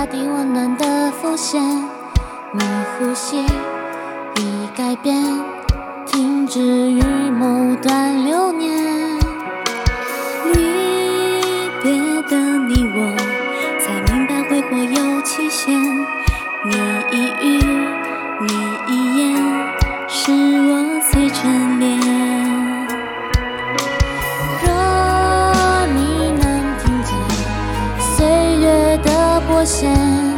地温暖的浮现，你呼吸已改变，停止于某段流年。离别的你我，才明白挥霍有期限。你一语，你一言，是我最眷恋。若你能听见岁月的拨弦，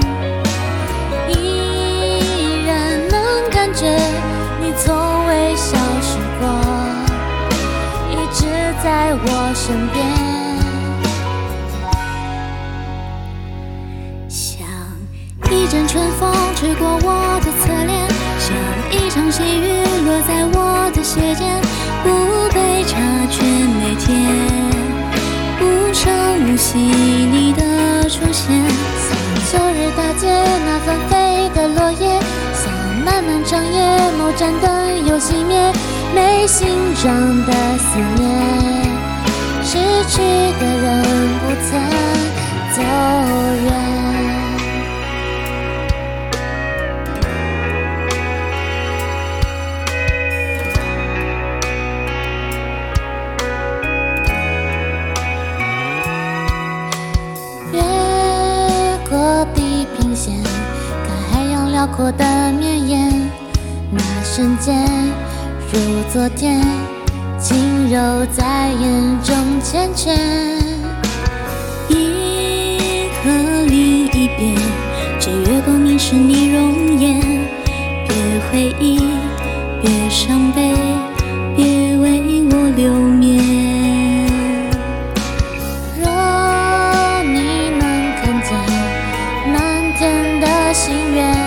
依然能感觉你从未消失过，一直在我身边。像一阵春风吹过我的侧脸，像一场细雨落在我的鞋尖，不被察觉，每天无声无息你的出现，像秋日大街那纷飞的落叶，像漫漫长夜某盏灯又熄灭，没心肠的思念，失去的人不曾走远。辽阔的绵延，那瞬间如昨天，轻柔在眼中缱绻。银河另一边，这月光凝视你容颜，别回忆，别伤悲，别为我留眠。若你能看见满天的心愿，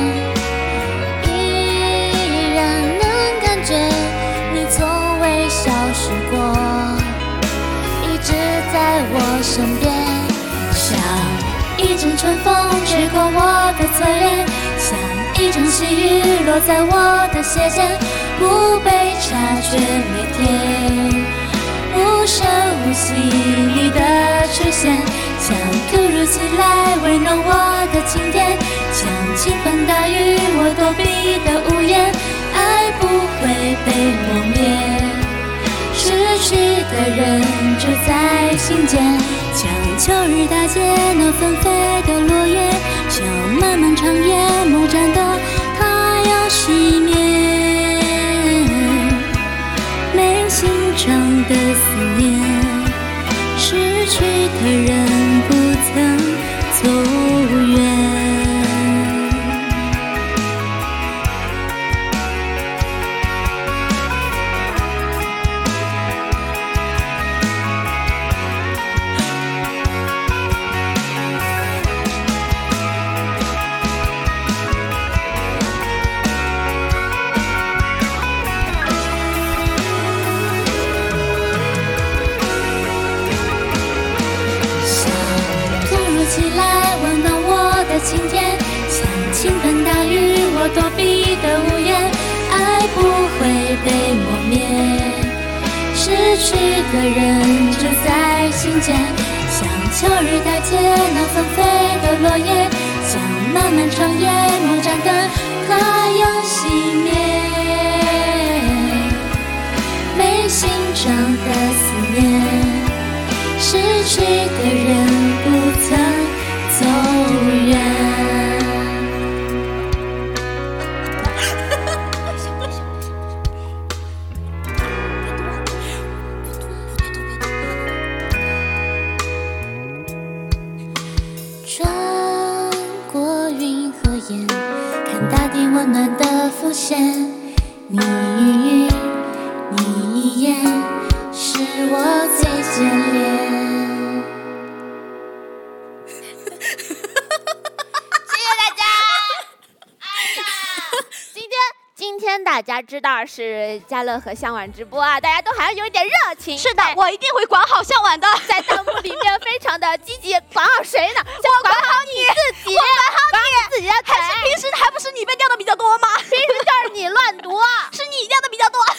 身边，像一阵春风吹过我的侧脸，像一场细雨落在我的鞋尖，不被察觉，每天无声无息你的出现，像突如其来温暖我的晴天，像倾盆大雨我躲避的屋檐，爱不会被磨灭，失去的人就在心间，像秋日大街那纷飞的落叶，像漫漫长夜某盏灯它要熄灭，没心肠的思念，失去的人不曾走远。晴天，像倾盆大雨我躲避的屋檐，爱不会被磨灭，失去的人就在心间，像秋日大街那纷飞的落叶，像漫漫长夜某盏灯它要熄灭，没心肠的思念，失去的人不曾走远。穿过云和烟，看大地温暖的浮现，你一语，你一言，是我最眷恋。 今天大家知道是嘉乐和向晚直播啊，大家都还要有一点热情。 是的，我一定会管好向晚的， 在弹幕里面非常的积极，管好谁呢？我管好你自己， 我管好你自己的腿。 平时还不是你被掉的比较多吗？ 平时就是你乱读， 是你掉的比较多。